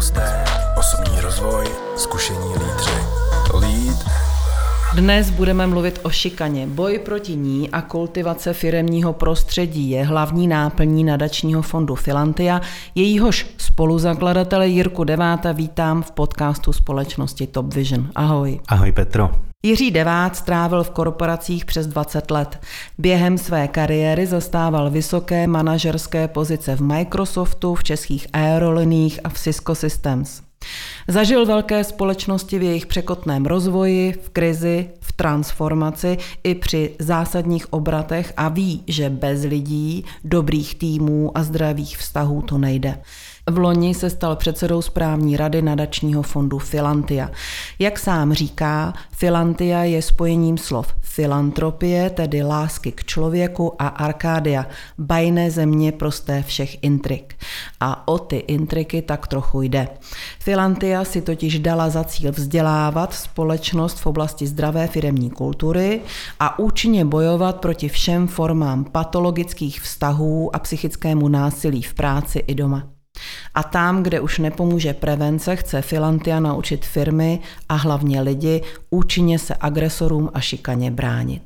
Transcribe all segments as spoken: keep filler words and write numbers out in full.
hosté, osobní rozvoj, zkušení lídři. Lead. Dnes budeme mluvit o šikaně. Boj proti ní a kultivace firemního prostředí je hlavní náplní nadačního fondu Filantia. Jejíhož spoluzakladatele Jirku Deváta vítám v podcastu společnosti Top Vision. Ahoj. Ahoj Petro. Jiří Devát strávil v korporacích přes dvacet let. Během své kariéry zastával vysoké manažerské pozice v Microsoftu, v českých aeroliních a v Cisco Systems. Zažil velké společnosti v jejich překotném rozvoji, v krizi, v transformaci i při zásadních obratech a ví, že bez lidí, dobrých týmů a zdravých vztahů to nejde. V loni se stal předsedou správní rady nadačního fondu Filantia. Jak sám říká, Filantia je spojením slov filantropie, tedy lásky k člověku, a Arkádia, bajné země prosté všech intrik. A o ty intriky tak trochu jde. Filantia si totiž dala za cíl vzdělávat společnost v oblasti zdravé firemní kultury a účinně bojovat proti všem formám patologických vztahů a psychickému násilí v práci i doma. A tam, kde už nepomůže prevence, chce Filantia naučit firmy a hlavně lidi účinně se agresorům a šikaně bránit.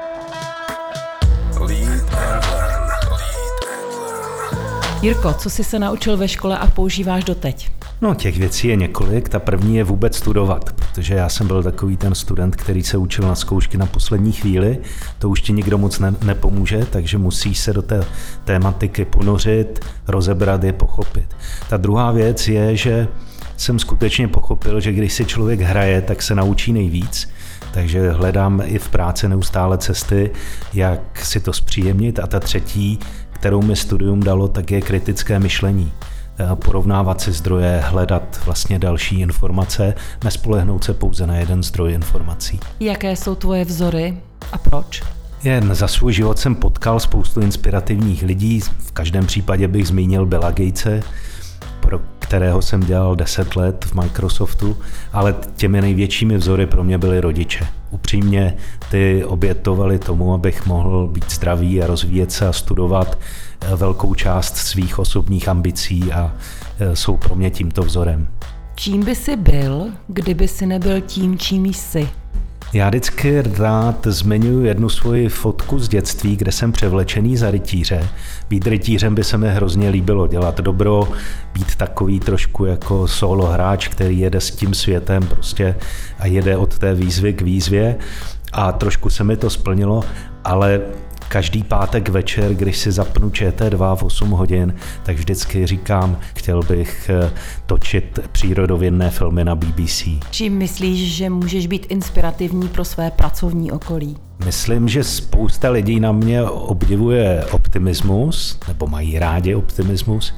Jirko, co jsi se naučil ve škole a používáš doteď? No, těch věcí je několik. Ta první je vůbec studovat, protože já jsem byl takový ten student, který se učil na zkoušky na poslední chvíli. To už ti nikdo moc ne- nepomůže, takže musíš se do té tématiky ponořit, rozebrat je, pochopit. Ta druhá věc je, že jsem skutečně pochopil, že když si člověk hraje, tak se naučí nejvíc. Takže hledám i v práci neustále cesty, jak si to zpříjemnit. A ta třetí, kterou mi studium dalo, tak je kritické myšlení. Porovnávat si zdroje, hledat vlastně další informace, nespolehnout se pouze na jeden zdroj informací. Jaké jsou tvoje vzory a proč? Jen za svůj život jsem potkal spoustu inspirativních lidí, v každém případě bych zmínil Billa Gatese, pro kterého jsem dělal deset let v Microsoftu, ale těmi největšími vzory pro mě byly rodiče. Upřímně ty obětovali tomu, abych mohl být zdravý a rozvíjet se a studovat velkou část svých osobních ambicí a jsou pro mě tímto vzorem. Čím by jsi byl, kdyby jsi nebyl tím, čím jsi? Já vždycky rád zmiňuji jednu svoji fotku z dětství, kde jsem převlečený za rytíře. Být rytířem by se mi hrozně líbilo, dělat dobro, být takový trošku jako solo hráč, který jede s tím světem prostě a jede od té výzvy k výzvě. A trošku se mi to splnilo, ale každý pátek večer, když si zapnu Č T dva v osm hodin, tak vždycky říkám, chtěl bych točit přírodovědné filmy na B B C. Čím myslíš, že můžeš být inspirativní pro své pracovní okolí? Myslím, že spousta lidí na mě obdivuje optimismus, nebo mají rádi optimismus,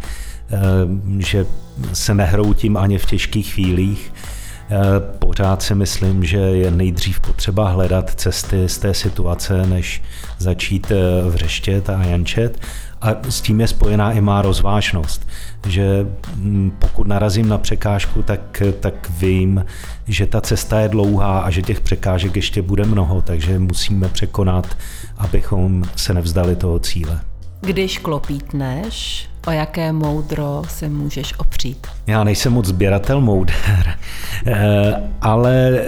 že se nehroutím ani v těžkých chvílích. Pořád si myslím, že je nejdřív potřeba hledat cesty z té situace, než začít vřeštět a jančet. A s tím je spojená i má rozvážnost, že pokud narazím na překážku, tak, tak vím, že ta cesta je dlouhá a že těch překážek ještě bude mnoho, takže musíme překonat, abychom se nevzdali toho cíle. Když klopítneš, o jaké moudro se můžeš opřít? Já nejsem moc sběratel mouder, ale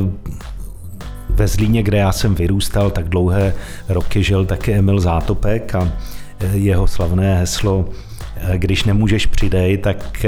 ve Zlíně, kde já jsem vyrůstal, tak dlouhé roky žil taky Emil Zátopek a jeho slavné heslo když nemůžeš přidej, tak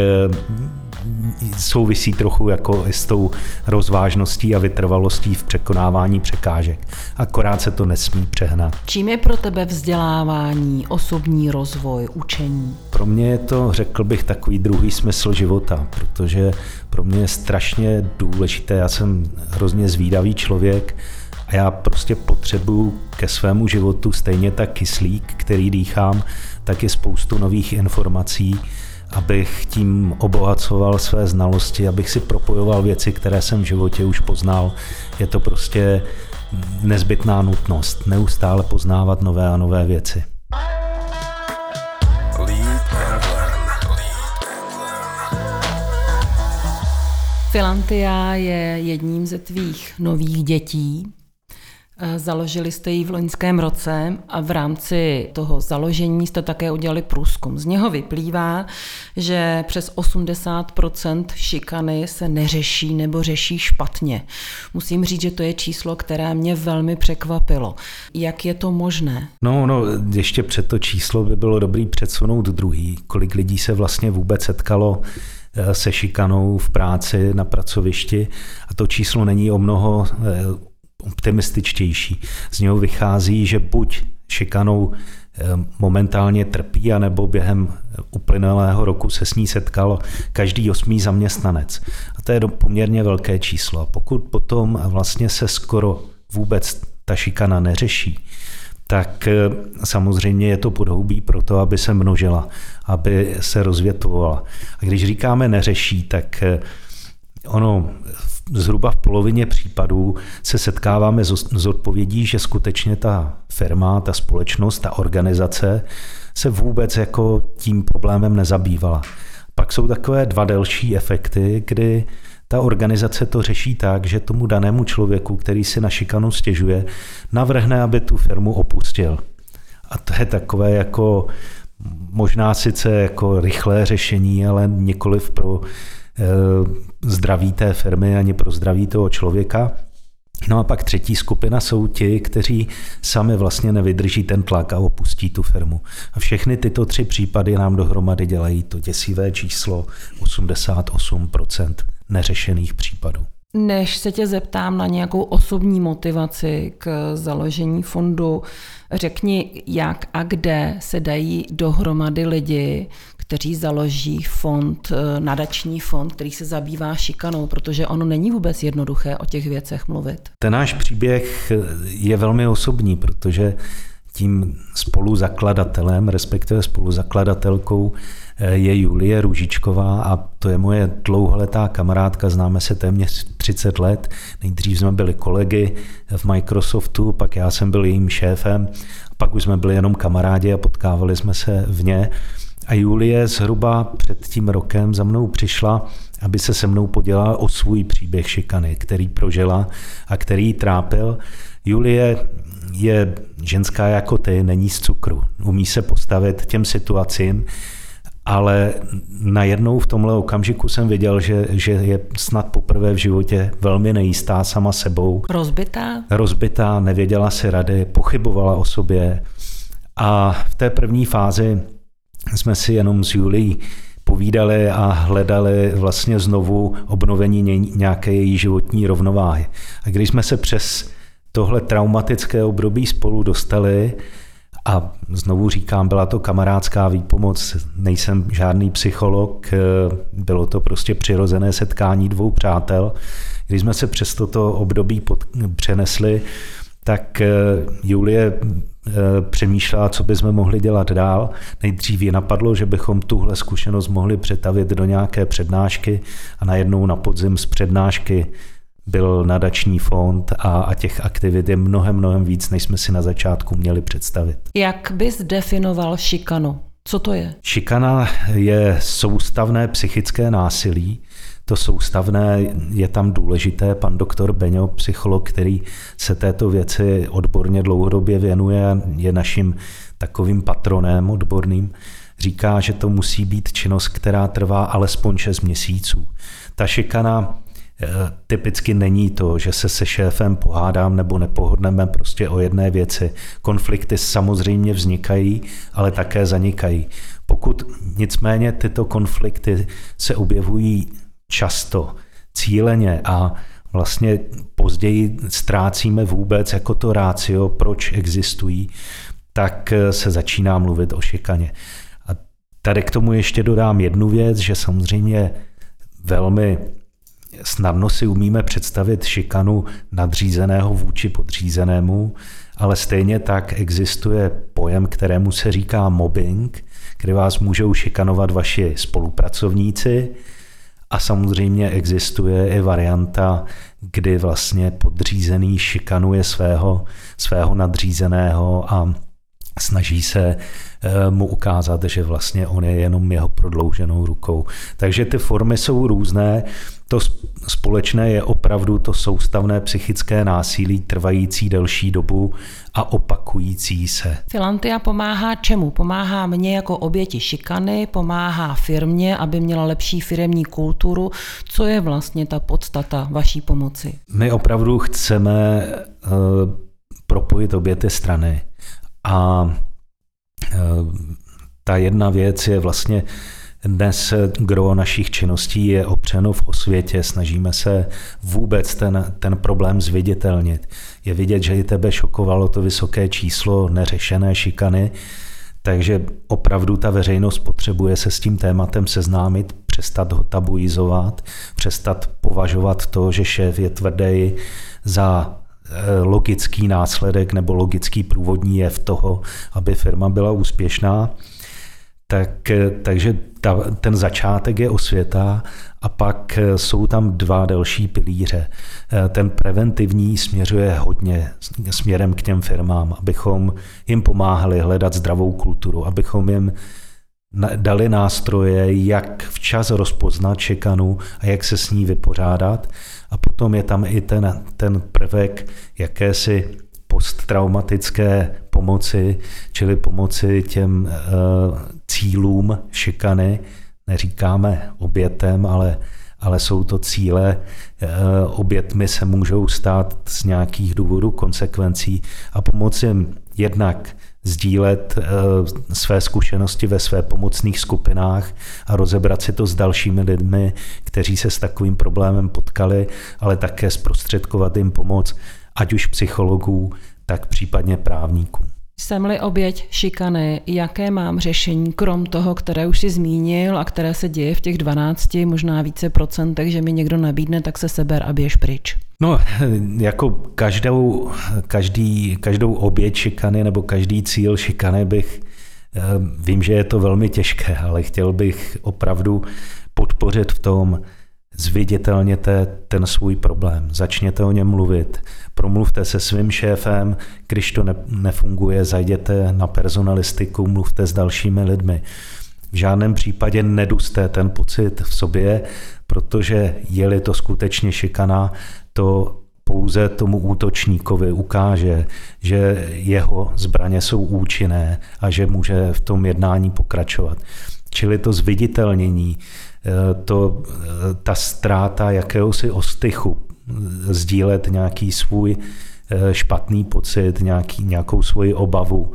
souvisí trochu jako i s tou rozvážností a vytrvalostí v překonávání překážek. Akorát se to nesmí přehnat. Čím je pro tebe vzdělávání, osobní rozvoj, učení? Pro mě je to, řekl bych, takový druhý smysl života, protože pro mě je strašně důležité, já jsem hrozně zvídavý člověk a já prostě potřebuju ke svému životu stejně tak kyslík, který dýchám, tak i spoustu nových informací, abych tím obohacoval své znalosti, abych si propojoval věci, které jsem v životě už poznal. Je to prostě nezbytná nutnost, neustále poznávat nové a nové věci. Filantia je jedním ze tvých nových dětí. Založili jste ji v loňském roce a v rámci toho založení jste také udělali průzkum. Z něho vyplývá, že přes osmdesát procent šikany se neřeší nebo řeší špatně. Musím říct, že to je číslo, které mě velmi překvapilo. Jak je to možné? No, no, ještě před to číslo by bylo dobrý předsunout druhý. Kolik lidí se vlastně vůbec setkalo se šikanou v práci, na pracovišti, a to číslo není o mnoho optimističtější. Z něho vychází, že buď šikanou momentálně trpí, anebo během uplynulého roku se s ní setkal každý osmý zaměstnanec. A to je poměrně velké číslo. A pokud potom vlastně se skoro vůbec ta šikana neřeší, tak samozřejmě je to podhoubí pro to, aby se množila, aby se rozvětvovala. A když říkáme neřeší, tak ono zhruba v polovině případů se setkáváme s odpovědí, že skutečně ta firma, ta společnost, ta organizace se vůbec jako tím problémem nezabývala. Pak jsou takové dva další efekty, kdy ta organizace to řeší tak, že tomu danému člověku, který si na šikanu stěžuje, navrhne, aby tu firmu opustil. A to je takové jako možná sice jako rychlé řešení, ale nikoliv pro e, zdraví té firmy ani pro zdraví toho člověka. No a pak třetí skupina jsou ti, kteří sami vlastně nevydrží ten tlak a opustí tu firmu. A všechny tyto tři případy nám dohromady dělají to děsivé číslo osmdesát osm procent neřešených případů. Než se tě zeptám na nějakou osobní motivaci k založení fondu, řekni, jak a kde se dají dohromady lidi, kteří založí fond, nadační fond, který se zabývá šikanou, protože ono není vůbec jednoduché o těch věcech mluvit. Ten náš příběh je velmi osobní, protože tím spoluzakladatelem, respektive spoluzakladatelkou je Julie Růžičková a to je moje dlouholetá kamarádka, známe se téměř třicet let. Nejdřív jsme byli kolegy v Microsoftu, pak já jsem byl jejím šéfem, pak už jsme byli jenom kamarádi a potkávali jsme se vně. A Julie zhruba před tím rokem za mnou přišla, aby se se mnou podělala o svůj příběh šikany, který prožila a který trápil. Julie je ženská jako ty, není z cukru. Umí se postavit těm situacím, ale najednou v tomhle okamžiku jsem viděl, že, že je snad poprvé v životě velmi nejistá sama sebou. Rozbitá? Rozbitá, nevěděla si rady, pochybovala o sobě. A v té první fázi jsme si jenom s Julií povídali a hledali vlastně znovu obnovení nějaké její životní rovnováhy. A když jsme se přes tohle traumatické období spolu dostali, a znovu říkám, byla to kamarádská výpomoc, nejsem žádný psycholog, bylo to prostě přirozené setkání dvou přátel. Když jsme se přes toto období pod, přenesli, tak Julie přemýšlela, co bychom mohli dělat dál. Nejdřív ji napadlo, že bychom tuhle zkušenost mohli přetavit do nějaké přednášky a najednou na podzim z přednášky byl nadační fond a, a těch aktivit je mnohem, mnohem víc, než jsme si na začátku měli představit. Jak bys definoval šikanu? Co to je? Šikana je soustavné psychické násilí. To soustavné je tam důležité. Pan doktor Beňo, psycholog, který se této věci odborně dlouhodobě věnuje, je naším takovým patronem odborným, říká, že to musí být činnost, která trvá alespoň šest měsíců. Ta šikana typicky není to, že se se šéfem pohádám nebo nepohodneme prostě o jedné věci. Konflikty samozřejmě vznikají, ale také zanikají. Pokud nicméně tyto konflikty se objevují často, cíleně a vlastně později ztrácíme vůbec jako to ratio, proč existují, tak se začíná mluvit o šikaně. A tady k tomu ještě dodám jednu věc, že samozřejmě velmi snadno si umíme představit šikanu nadřízeného vůči podřízenému, ale stejně tak existuje pojem, kterému se říká mobbing, kde vás můžou šikanovat vaši spolupracovníci a samozřejmě existuje i varianta, kdy vlastně podřízený šikanuje svého, svého nadřízeného a snaží se mu ukázat, že vlastně on je jenom jeho prodlouženou rukou. Takže ty formy jsou různé. To společné je opravdu to soustavné psychické násilí trvající delší dobu a opakující se. Filantia pomáhá čemu? Pomáhá mně jako oběti šikany, pomáhá firmě, aby měla lepší firemní kulturu. Co je vlastně ta podstata vaší pomoci? My opravdu chceme uh, propojit obě ty strany. A uh, ta jedna věc je vlastně dnes gro našich činností je opřeno v osvětě, snažíme se vůbec ten, ten problém zviditelnit. Je vidět, že i tebe šokovalo to vysoké číslo neřešené šikany, takže opravdu ta veřejnost potřebuje se s tím tématem seznámit, přestat ho tabuizovat, přestat považovat to, že šéf je tvrdý za logický následek nebo logický průvodní jev toho, aby firma byla úspěšná. Tak, takže ta, ten začátek je osvěta a pak jsou tam dva další pilíře. Ten preventivní směřuje hodně směrem k těm firmám, abychom jim pomáhali hledat zdravou kulturu, abychom jim dali nástroje, jak včas rozpoznat šikanu a jak se s ní vypořádat. A potom je tam i ten, ten prvek jakési posttraumatické pomoci, čili pomoci těm uh, cílům šikany. Neříkáme obětem, ale, ale jsou to cíle. Uh, obětmi se můžou stát z nějakých důvodů konsekvencí a pomoci jim jednak sdílet uh, své zkušenosti ve své pomocných skupinách a rozebrat si to s dalšími lidmi, kteří se s takovým problémem potkali, ale také zprostředkovat jim pomoc, ať už psychologů, tak případně právníků. Jsem-li oběť šikany, jaké mám řešení, krom toho, které už si zmínil a které se děje v těch dvanácti, možná více procentech, že mi někdo nabídne, tak se seber a běž pryč? No, jako každou, každý, každou oběť šikany nebo každý cíl šikany bych, vím, že je to velmi těžké, ale chtěl bych opravdu podpořit v tom, zviditelněte ten svůj problém, začněte o něm mluvit, promluvte se svým šéfem, když to ne, nefunguje, zajděte na personalistiku, mluvte s dalšími lidmi. V žádném případě neduste ten pocit v sobě, protože je-li to skutečně šikana, to pouze tomu útočníkovi ukáže, že jeho zbraně jsou účinné a že může v tom jednání pokračovat. Čili to zviditelnění, to, ta ztráta jakéhosi ostychu, sdílet nějaký svůj špatný pocit, nějaký, nějakou svoji obavu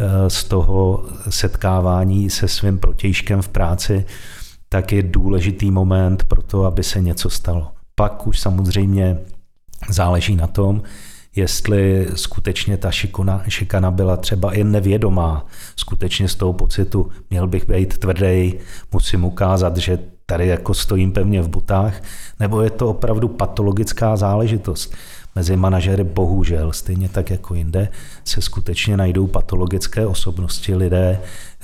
z toho setkávání se svým protějškem v práci, tak je důležitý moment pro to, aby se něco stalo. Pak už samozřejmě záleží na tom, jestli skutečně ta šikana, šikana byla třeba i nevědomá, skutečně z toho pocitu měl bych být tvrdý, musím ukázat, že tady jako stojím pevně v botách, nebo je to opravdu patologická záležitost. Mezi manažery bohužel, stejně tak jako jinde, se skutečně najdou patologické osobnosti, lidé,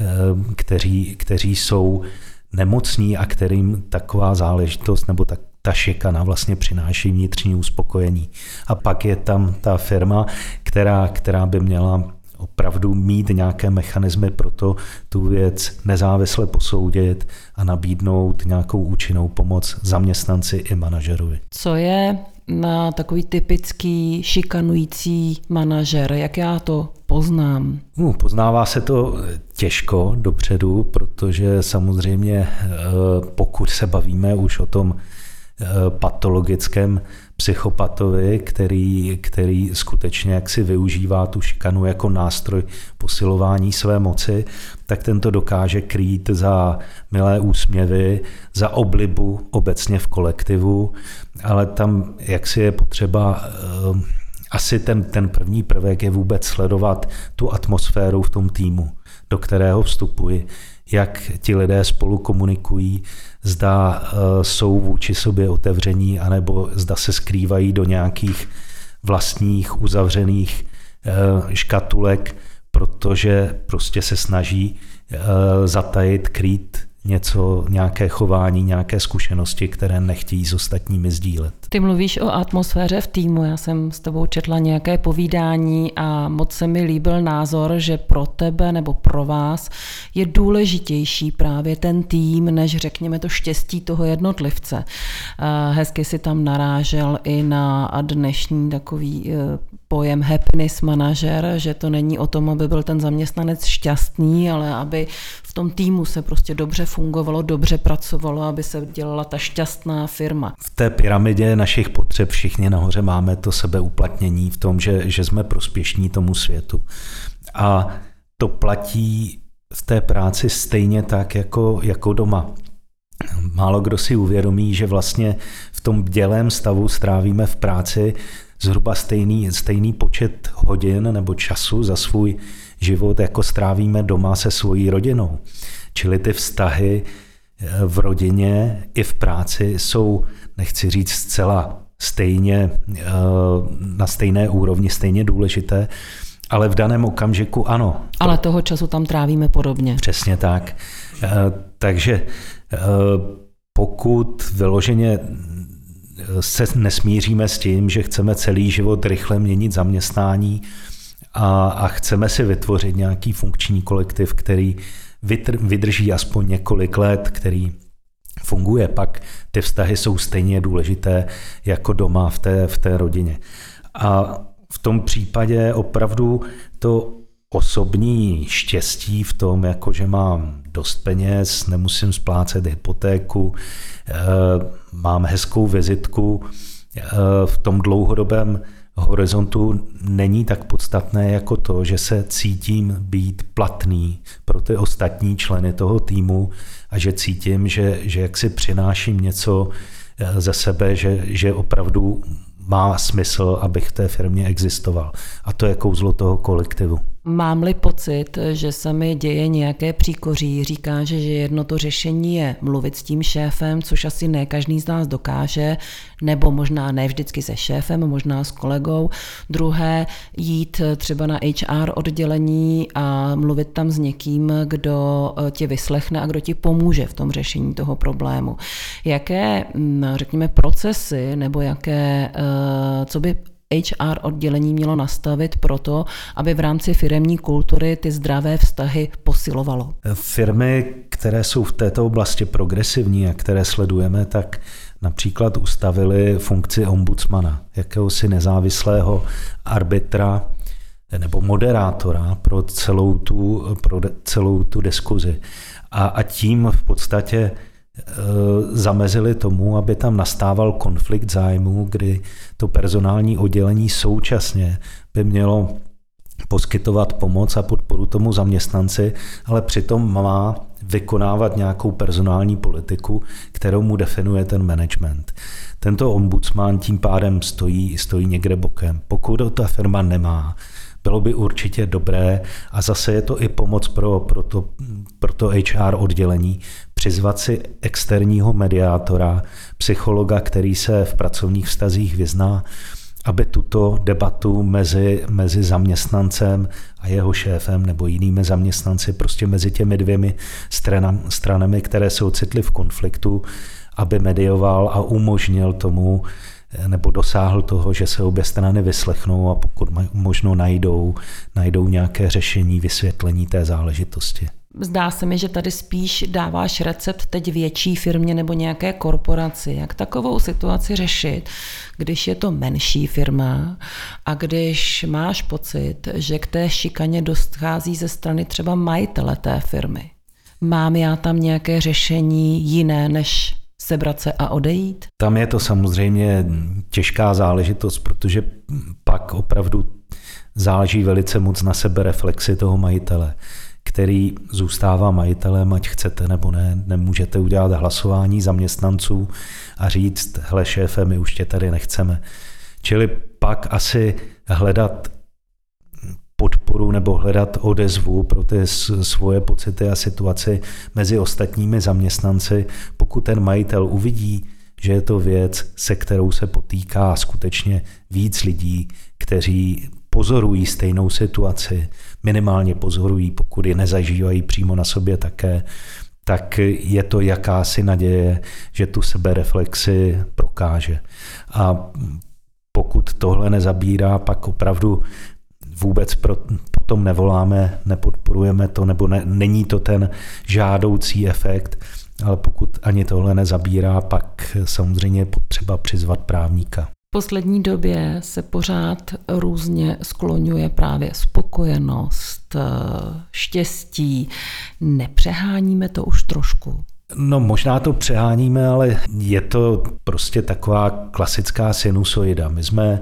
kteří, kteří jsou nemocní a kterým taková záležitost nebo tak ta šikana vlastně přináší vnitřní uspokojení. A pak je tam ta firma, která, která by měla opravdu mít nějaké mechanismy pro to tu věc nezávisle posoudit a nabídnout nějakou účinnou pomoc zaměstnanci i manažerovi. Co je na takový typický šikanující manažer? Jak já to poznám? No, poznává se to těžko dopředu, protože samozřejmě pokud se bavíme už o tom patologickém psychopatovi, který, který skutečně jaksi využívá tu šikanu jako nástroj posilování své moci, tak tento dokáže krýt za milé úsměvy, za oblibu obecně v kolektivu, ale tam jaksi je potřeba, uh, asi ten, ten první prvek je vůbec sledovat tu atmosféru v tom týmu, do kterého vstupuji, jak ti lidé spolu komunikují, zda uh, jsou vůči sobě otevření, anebo zda se skrývají do nějakých vlastních uzavřených uh, škatulek, protože prostě se snaží uh, zatajit, krýt něco, nějaké chování, nějaké zkušenosti, které nechtějí s ostatními sdílet. Ty mluvíš o atmosféře v týmu. Já jsem s tebou četla nějaké povídání a moc se mi líbil názor, že pro tebe nebo pro vás je důležitější právě ten tým, než řekněme to štěstí toho jednotlivce. Hezky si tam narážel i na dnešní takový pojem happiness manager, že to není o tom, aby byl ten zaměstnanec šťastný, ale aby v tom týmu se prostě dobře fungovalo, dobře pracovalo, aby se dělala ta šťastná firma. V té pyramidě našich potřeb všichni nahoře máme to sebeuplatnění v tom, že, že jsme prospěšní tomu světu. A to platí v té práci stejně tak jako, jako doma. Málo kdo si uvědomí, že vlastně v tom bdělém stavu strávíme v práci zhruba stejný, stejný počet hodin nebo času za svůj život, jako strávíme doma se svojí rodinou. Čili ty vztahy v rodině i v práci jsou, nechci říct zcela stejně, na stejné úrovni, stejně důležité, ale v daném okamžiku ano. Ale toho času tam trávíme podobně. Přesně tak. Takže pokud vyloženě se nesmíříme s tím, že chceme celý život rychle měnit zaměstnání a, a chceme si vytvořit nějaký funkční kolektiv, který vydrží aspoň několik let, který funguje, pak ty vztahy jsou stejně důležité jako doma v té, v té rodině. A v tom případě opravdu to osobní štěstí v tom, jako že mám dost peněz, nemusím splácet hypotéku, mám hezkou vizitku, v tom dlouhodobém horizontu není tak podstatné jako to, že se cítím být platný pro ty ostatní členy toho týmu a že cítím, že, že jak si přináším něco ze sebe, že, že opravdu má smysl, abych v té firmě existoval. A to je kouzlo toho kolektivu. Mám-li pocit, že se mi děje nějaké příkoří, říká, že jedno to řešení je mluvit s tím šéfem, což asi ne každý z nás dokáže, nebo možná ne vždycky se šéfem, možná s kolegou. Druhé, jít třeba na H R oddělení a mluvit tam s někým, kdo tě vyslechne a kdo ti pomůže v tom řešení toho problému. Jaké, řekněme, procesy nebo jaké, co by H R oddělení mělo nastavit proto, aby v rámci firemní kultury ty zdravé vztahy posilovalo? Firmy, které jsou v této oblasti progresivní a které sledujeme, tak například ustavili funkci ombudsmana, jakéhosi nezávislého arbitra nebo moderátora pro celou tu, pro celou tu diskuzi. A, a tím v podstatě zamezili tomu, aby tam nastával konflikt zájmů, kdy to personální oddělení současně by mělo poskytovat pomoc a podporu tomu zaměstnanci, ale přitom má vykonávat nějakou personální politiku, kterou mu definuje ten management. Tento ombudsman tím pádem stojí, stojí někde bokem. Pokud to ta firma nemá, bylo by určitě dobré, a zase je to i pomoc pro, pro, to, pro to H R oddělení, přizvat si externího mediátora, psychologa, který se v pracovních vztazích vyzná, aby tuto debatu mezi, mezi zaměstnancem a jeho šéfem nebo jinými zaměstnanci, prostě mezi těmi dvěmi stranami, stranami, které se ocitly v konfliktu, aby medioval a umožnil tomu, nebo dosáhl toho, že se obě strany vyslechnou a pokud možno najdou, najdou nějaké řešení, vysvětlení té záležitosti. Zdá se mi, že tady spíš dáváš recept teď větší firmě nebo nějaké korporaci. Jak takovou situaci řešit, když je to menší firma a když máš pocit, že k té šikaně dochází ze strany třeba majitele té firmy? Mám já tam nějaké řešení jiné než sebrat se a odejít? Tam je to samozřejmě těžká záležitost, protože pak opravdu záleží velice moc na sebereflexi toho majitele, který zůstává majitelem, ať chcete nebo ne. Nemůžete udělat hlasování zaměstnanců a říct, hele šéfe, my už tě tady nechceme. Čili pak asi hledat podporu nebo hledat odezvu pro ty svoje pocity a situaci mezi ostatními zaměstnanci, pokud ten majitel uvidí, že je to věc, se kterou se potýká skutečně víc lidí, kteří pozorují stejnou situaci, minimálně pozorují, pokud ji nezažívají přímo na sobě také, tak je to jakási naděje, že tu sebereflexi prokáže. A pokud tohle nezabírá, pak opravdu vůbec pro, potom nevoláme, nepodporujeme to, nebo ne, není to ten žádoucí efekt, ale pokud ani tohle nezabírá, pak samozřejmě je potřeba přizvat právníka. V poslední době se pořád různě skloňuje právě spokojenost, štěstí. Nepřeháníme to už trošku? No možná to přeháníme, ale je to prostě taková klasická sinusoida. My jsme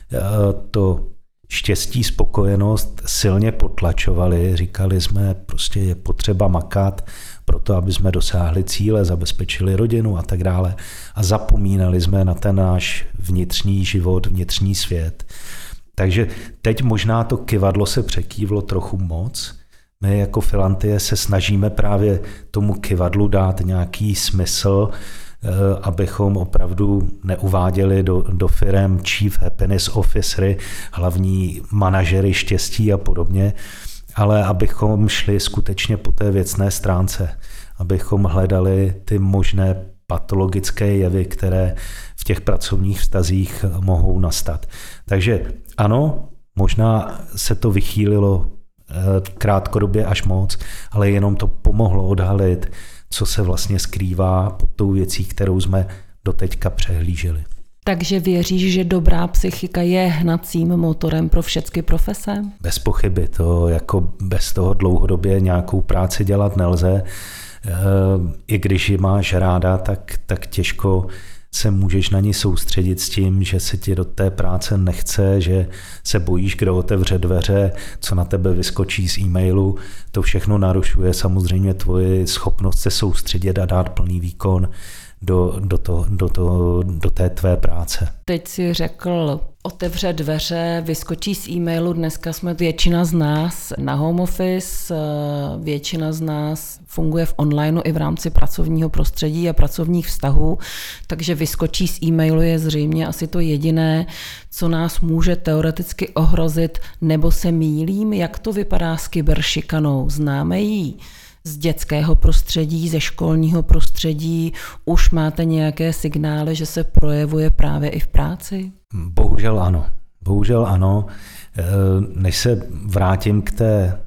to štěstí, spokojenost silně potlačovali, říkali jsme, prostě je potřeba makat pro to, aby jsme dosáhli cíle, zabezpečili rodinu a tak dále. A zapomínali jsme na ten náš vnitřní život, vnitřní svět. Takže teď možná to kyvadlo se překývlo trochu moc. My jako Filantie se snažíme právě tomu kyvadlu dát nějaký smysl, abychom opravdu neuváděli do, do firem chief happiness officery, hlavní manažery štěstí a podobně, ale abychom šli skutečně po té věcné stránce, abychom hledali ty možné patologické jevy, které v těch pracovních vztazích mohou nastat. Takže ano, možná se to vychýlilo krátkodobě až moc, ale jenom to pomohlo odhalit, co se vlastně skrývá pod tou věcí, kterou jsme doteďka přehlíželi. Takže věříš, že dobrá psychika je hnacím motorem pro všechny profese? Bez pochyby, to jako bez toho dlouhodobě nějakou práci dělat nelze. I když ji máš ráda, tak, tak těžko se můžeš na ní soustředit s tím, že se ti do té práce nechce, že se bojíš, kdo otevře dveře, co na tebe vyskočí z e-mailu. To všechno narušuje samozřejmě tvoji schopnost se soustředit a dát plný výkon do, do, to, do, to, do té tvé práce. Teď si řekl, otevře dveře, vyskočí z e-mailu. Dneska jsme většina z nás na home office, většina z nás funguje v onlineu i v rámci pracovního prostředí a pracovních vztahů, takže vyskočí z e-mailu je zřejmě asi to jediné, co nás může teoreticky ohrozit, nebo se mýlím, jak to vypadá s kyberšikanou. Známe ji z dětského prostředí, ze školního prostředí, už máte nějaké signály, že se projevuje právě i v práci? Bohužel ano. Bohužel ano. Než se vrátím k té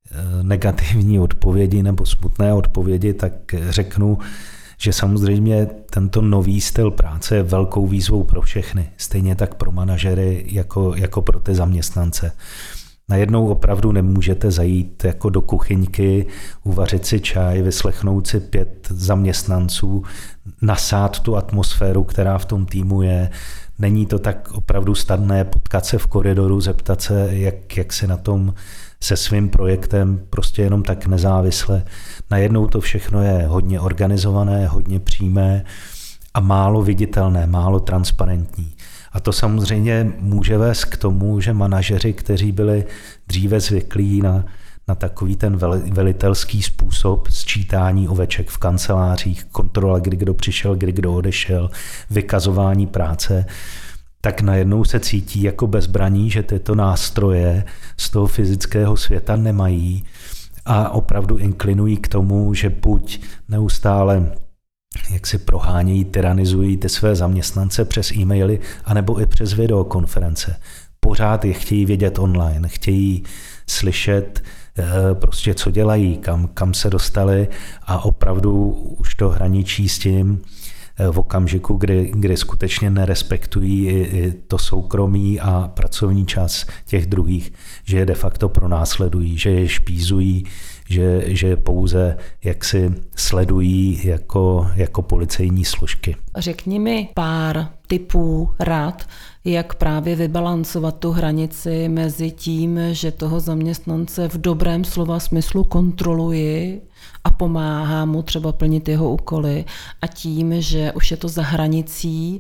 negativní odpovědi nebo smutné odpovědi, tak řeknu, že samozřejmě tento nový styl práce je velkou výzvou pro všechny, stejně tak pro manažery jako, jako pro ty zaměstnance. Najednou opravdu nemůžete zajít jako do kuchyňky, uvařit si čaj, vyslechnout si pět zaměstnanců, nasát tu atmosféru, která v tom týmu je. Není to tak opravdu snadné potkat se v koridoru, zeptat se, jak, jak si na tom se svým projektem, prostě jenom tak nezávisle. Najednou to všechno je hodně organizované, hodně přímé a málo viditelné, málo transparentní. A to samozřejmě může vést k tomu, že manažeři, kteří byli dříve zvyklí na, na takový ten velitelský způsob sčítání oveček v kancelářích, kontrola, kdy kdo přišel, kdy kdo odešel, vykazování práce, tak najednou se cítí jako bezbraní, že tyto nástroje z toho fyzického světa nemají a opravdu inklinují k tomu, že buď neustále jak si prohánějí, tyranizují ty své zaměstnance přes e-maily, anebo i přes videokonference. Pořád je chtějí vědět online, chtějí slyšet prostě, co dělají, kam, kam se dostali a opravdu už to hraničí s tím v okamžiku, kdy, kdy skutečně nerespektují i, i to soukromí a pracovní čas těch druhých, že je de facto pronásledují, že je špízují, že, že pouze jaksi sledují jako, jako policejní složky. Řekni mi pár tipů, rad, jak právě vybalancovat tu hranici mezi tím, že toho zaměstnance v dobrém slova smyslu kontroluji a pomáhá mu třeba plnit jeho úkoly a tím, že už je to za hranicí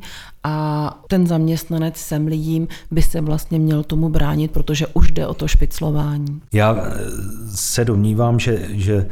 a ten zaměstnanec semlím by se vlastně měl tomu bránit, protože už jde o to špiclování. Já se domnívám, že, že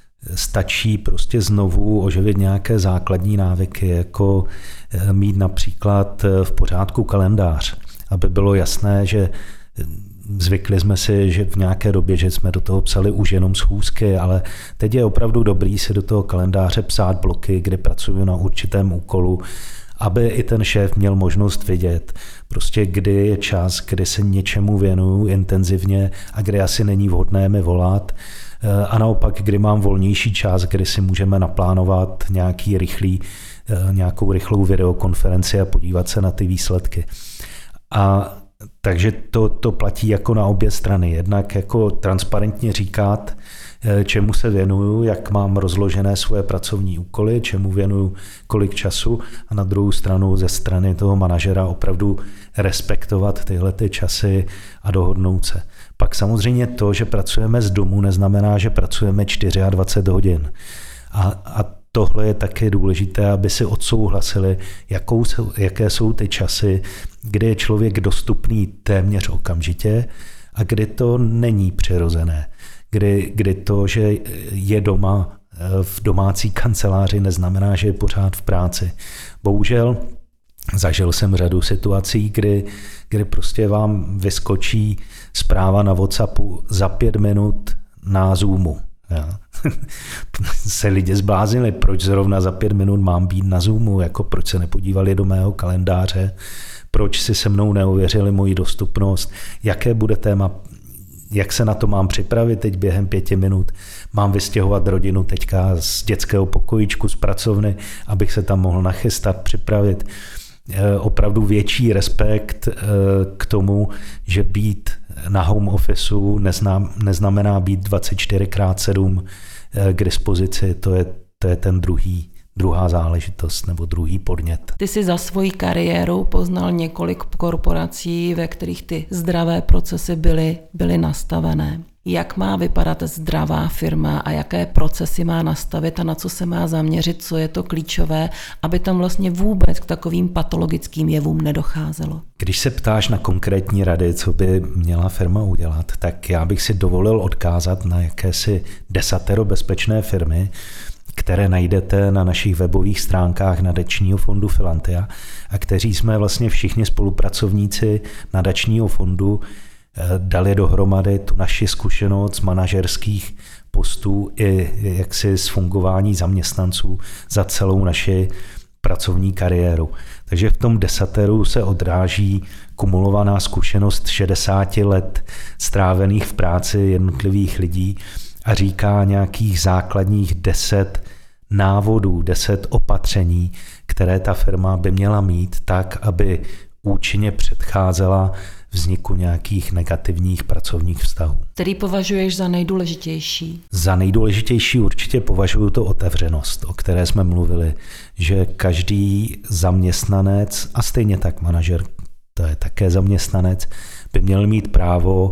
stačí prostě znovu oživit nějaké základní návyky, jako mít například v pořádku kalendář, aby bylo jasné, že Zvykli jsme si, že v nějaké době, že jsme do toho psali už jenom schůzky, ale teď je opravdu dobrý si do toho kalendáře psát bloky, kdy pracuju na určitém úkolu, aby i ten šéf měl možnost vidět, prostě kdy je čas, kdy se něčemu věnuju intenzivně a kdy asi není vhodné mi volat. A naopak, kdy mám volnější čas, kdy si můžeme naplánovat nějaký rychlý, nějakou rychlou videokonferenci a podívat se na ty výsledky. A takže to, to platí jako na obě strany. Jednak jako transparentně říkat, čemu se věnuju, jak mám rozložené svoje pracovní úkoly, čemu věnuju kolik času a na druhou stranu ze strany toho manažera opravdu respektovat tyhle ty časy a dohodnout se. Pak samozřejmě to, že pracujeme z domu, neznamená, že pracujeme dvacet čtyři hodin. A, a tohle je také důležité, aby si odsouhlasili, jakou jsou, jaké jsou ty časy, kdy je člověk dostupný téměř okamžitě a kdy to není přirozené. Kdy, kdy to, že je doma v domácí kanceláři, neznamená, že je pořád v práci. Bohužel zažil jsem řadu situací, kdy, kdy prostě vám vyskočí zpráva na WhatsAppu za pět minut na Zoomu. Ja. se lidi zbláznili, proč zrovna za pět minut mám být na Zoomu, jako proč se nepodívali do mého kalendáře, proč si se mnou neověřili moji dostupnost, jaké bude téma, jak se na to mám připravit teď během pěti minut, mám vystěhovat rodinu teďka z dětského pokojíčku, z pracovny, abych se tam mohl nachystat, připravit. Opravdu větší respekt k tomu, že být na home officeu neznamená být dvacet čtyři krát sedm k dispozici, to je, to je ten druhý, druhá záležitost nebo druhý podnět. Ty jsi za svoji kariéru poznal několik korporací, ve kterých ty zdravé procesy byly, byly nastavené. Jak má vypadat zdravá firma a jaké procesy má nastavit a na co se má zaměřit, co je to klíčové, aby tam vlastně vůbec k takovým patologickým jevům nedocházelo? Když se ptáš na konkrétní rady, co by měla firma udělat, tak já bych si dovolil odkázat na jakési desatero bezpečné firmy, které najdete na našich webových stránkách Nadačního fondu Filantia a kteří jsme vlastně všichni spolupracovníci Nadačního fondu dali dohromady tu naši zkušenost z manažerských postů i jaksi z fungování zaměstnanců za celou naši pracovní kariéru. Takže v tom desateru se odráží kumulovaná zkušenost šedesáti let strávených v práci jednotlivých lidí a říká nějakých základních deset návodů, deset opatření, které ta firma by měla mít tak, aby účinně předcházela vzniku nějakých negativních pracovních vztahů. Který považuješ za nejdůležitější? Za nejdůležitější určitě považuji to otevřenost, o které jsme mluvili, že každý zaměstnanec a stejně tak manažer, to je také zaměstnanec, by měl mít právo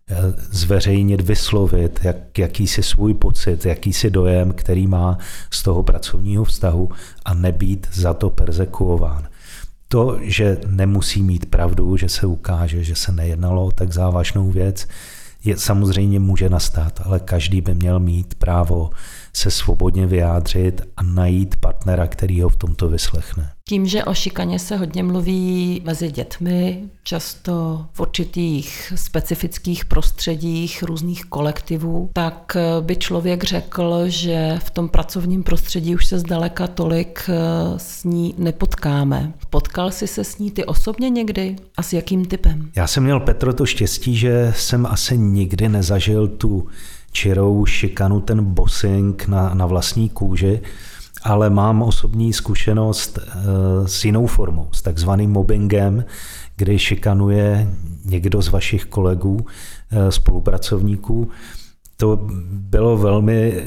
zveřejnit, vyslovit jak, jakýsi svůj pocit, jakýsi dojem, který má z toho pracovního vztahu a nebýt za to perzekuován. To, že nemusí mít pravdu, že se ukáže, že se nejednalo o tak závažnou věc, je, samozřejmě může nastat, ale každý by měl mít právo se svobodně vyjádřit a najít partnera, který ho v tomto vyslechne. Tím, že o šikaně se hodně mluví mezi dětmi, často v určitých specifických prostředích různých kolektivů, tak by člověk řekl, že v tom pracovním prostředí už se zdaleka tolik s ní nepotkáme. Potkal jsi se s ní ty osobně někdy a s jakým typem? Já jsem měl, Petro, to štěstí, že jsem asi nikdy nezažil tu čirou šikanu, ten bossing na, na vlastní kůži, ale mám osobní zkušenost s jinou formou, s takzvaným mobbingem, kdy šikanuje někdo z vašich kolegů, spolupracovníků. To bylo velmi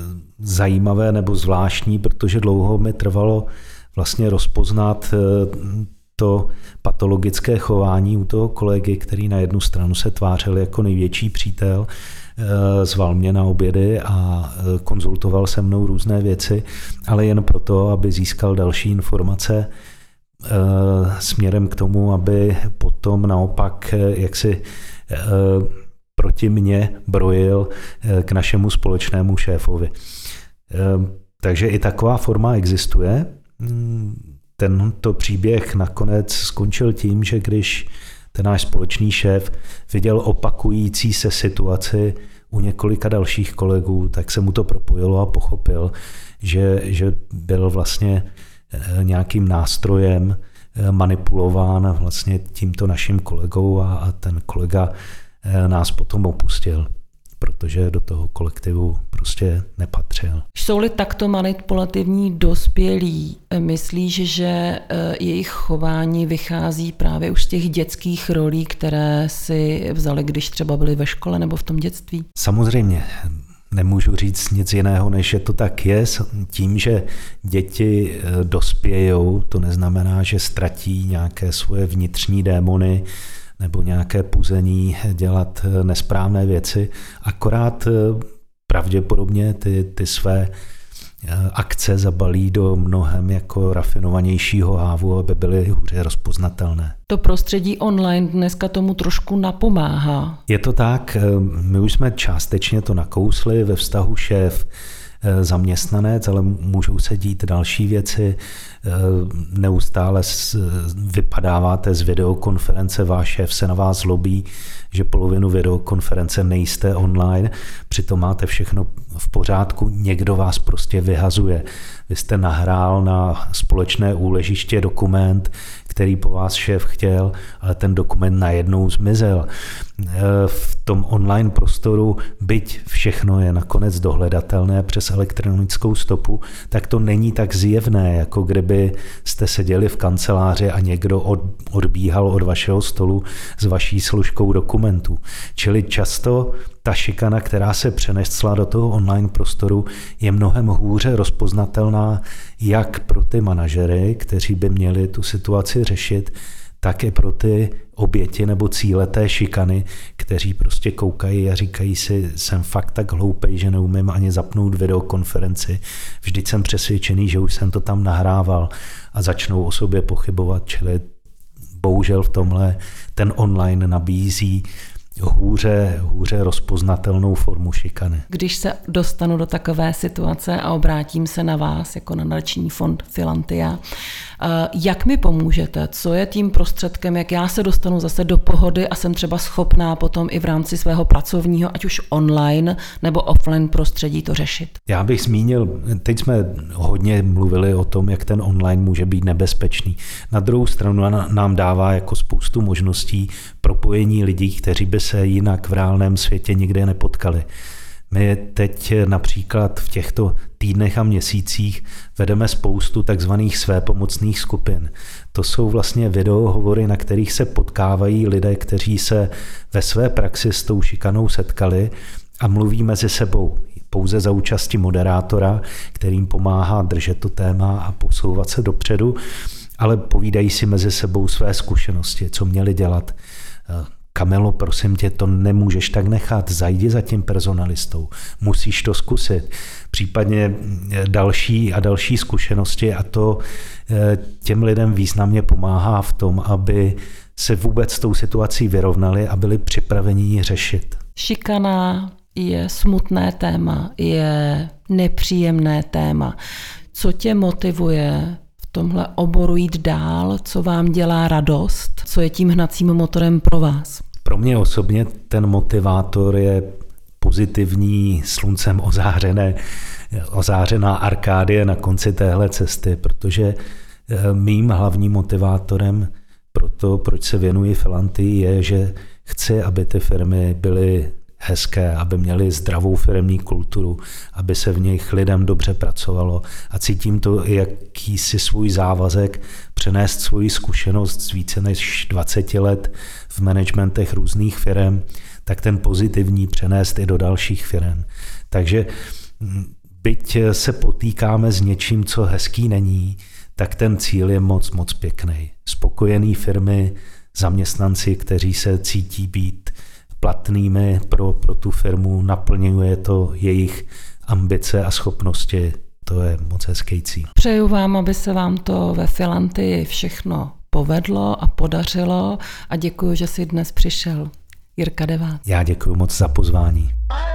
zajímavé nebo zvláštní, protože dlouho mi trvalo vlastně rozpoznat to patologické chování u toho kolegy, který na jednu stranu se tvářil jako největší přítel, zval mě na obědy a konzultoval se mnou různé věci, ale jen proto, aby získal další informace směrem k tomu, aby potom naopak jaksi proti mně brojil k našemu společnému šéfovi. Takže i taková forma existuje. Tento příběh nakonec skončil tím, že když ten náš společný šéf viděl opakující se situaci u několika dalších kolegů, tak se mu to propojilo a pochopil, že, že byl vlastně nějakým nástrojem manipulován vlastně tímto naším kolegou a, a ten kolega nás potom opustil, protože do toho kolektivu prostě nepatřil. Jsou-li takto manipulativní dospělí, myslíš, že jejich chování vychází právě už z těch dětských rolí, které si vzali, když třeba byli ve škole nebo v tom dětství? Samozřejmě. Nemůžu říct nic jiného, než že to tak je. Tím, že děti dospějou, to neznamená, že ztratí nějaké svoje vnitřní démony nebo nějaké puzení dělat nesprávné věci. Akorát pravděpodobně ty, ty své akce zabalí do mnohem jako rafinovanějšího hávu, aby byly hůře rozpoznatelné. To prostředí online dneska tomu trošku napomáhá. Je to tak, my už jsme částečně to nakousli ve vztahu šéf zaměstnanec, ale můžou se dít další věci. Neustále vypadáváte z videokonference, váš šéf se na vás zlobí, že polovinu videokonference nejste online, přitom máte všechno v pořádku, někdo vás prostě vyhazuje. Vy jste nahrál na společné úležiště dokument, který po vás šéf chtěl, ale ten dokument najednou zmizel. V tom online prostoru, byť všechno je nakonec dohledatelné přes elektronickou stopu, tak to není tak zjevné, jako kdyby jste seděli v kanceláři a někdo odbíhal od vašeho stolu s vaší složkou dokumentů. Čili často ta šikana, která se přenesla do toho online prostoru, je mnohem hůře rozpoznatelná jak pro ty manažery, kteří by měli tu situaci řešit, tak i pro ty oběti nebo cíle té šikany, kteří prostě koukají a říkají si, jsem fakt tak hloupej, že neumím ani zapnout videokonferenci. Vždyť jsem přesvědčený, že už jsem to tam nahrával a začnou o sobě pochybovat, čili bohužel v tomhle ten online nabízí hůře, hůře rozpoznatelnou formu šikany. Když se dostanu do takové situace a obrátím se na vás jako na nadační fond Filantia, jak mi pomůžete? Co je tím prostředkem, jak já se dostanu zase do pohody a jsem třeba schopná potom i v rámci svého pracovního, ať už online nebo offline prostředí to řešit? Já bych zmínil, teď jsme hodně mluvili o tom, jak ten online může být nebezpečný. Na druhou stranu nám dává jako spoustu možností propojení lidí, kteří by se jinak v reálném světě nikdy nepotkali. My teď například v těchto týdnech a měsících vedeme spoustu takzvaných svépomocných skupin. To jsou vlastně videohovory, na kterých se potkávají lidé, kteří se ve své praxi s tou šikanou setkali a mluví mezi sebou. Pouze za účasti moderátora, kterým pomáhá držet to téma a posouvat se dopředu, ale povídají si mezi sebou své zkušenosti, co měli dělat. Kamilo, prosím tě, to nemůžeš tak nechat, zajdi za tím personalistou, musíš to zkusit. Případně další a další zkušenosti a to těm lidem významně pomáhá v tom, aby se vůbec s tou situací vyrovnali a byli připraveni ji řešit. Šikana je smutné téma, je nepříjemné téma. Co tě motivuje v tomhle oboru jít dál, co vám dělá radost, co je tím hnacím motorem pro vás? Pro mě osobně ten motivátor je pozitivní, sluncem ozářené, ozářená arkádie na konci téhle cesty, protože mým hlavním motivátorem pro to, proč se věnuji Filantii, je, že chci, aby ty firmy byly hezké, aby měli zdravou firemní kulturu, aby se v nich lidem dobře pracovalo a cítím to i jakýsi svůj závazek přenést svoji zkušenost z více než dvacet let v managementech různých firem, tak ten pozitivní přenést i do dalších firem. Takže byť se potýkáme s něčím, co hezký není, tak ten cíl je moc, moc pěkný. Spokojený firmy, zaměstnanci, kteří se cítí být platnými pro, pro tu firmu, naplňuje to jejich ambice a schopnosti. To je moc hezký cíl. Přeju vám, aby se vám to ve Filantii všechno povedlo a podařilo a děkuji, že jsi dnes přišel. Jirka Devát. Já děkuji moc za pozvání.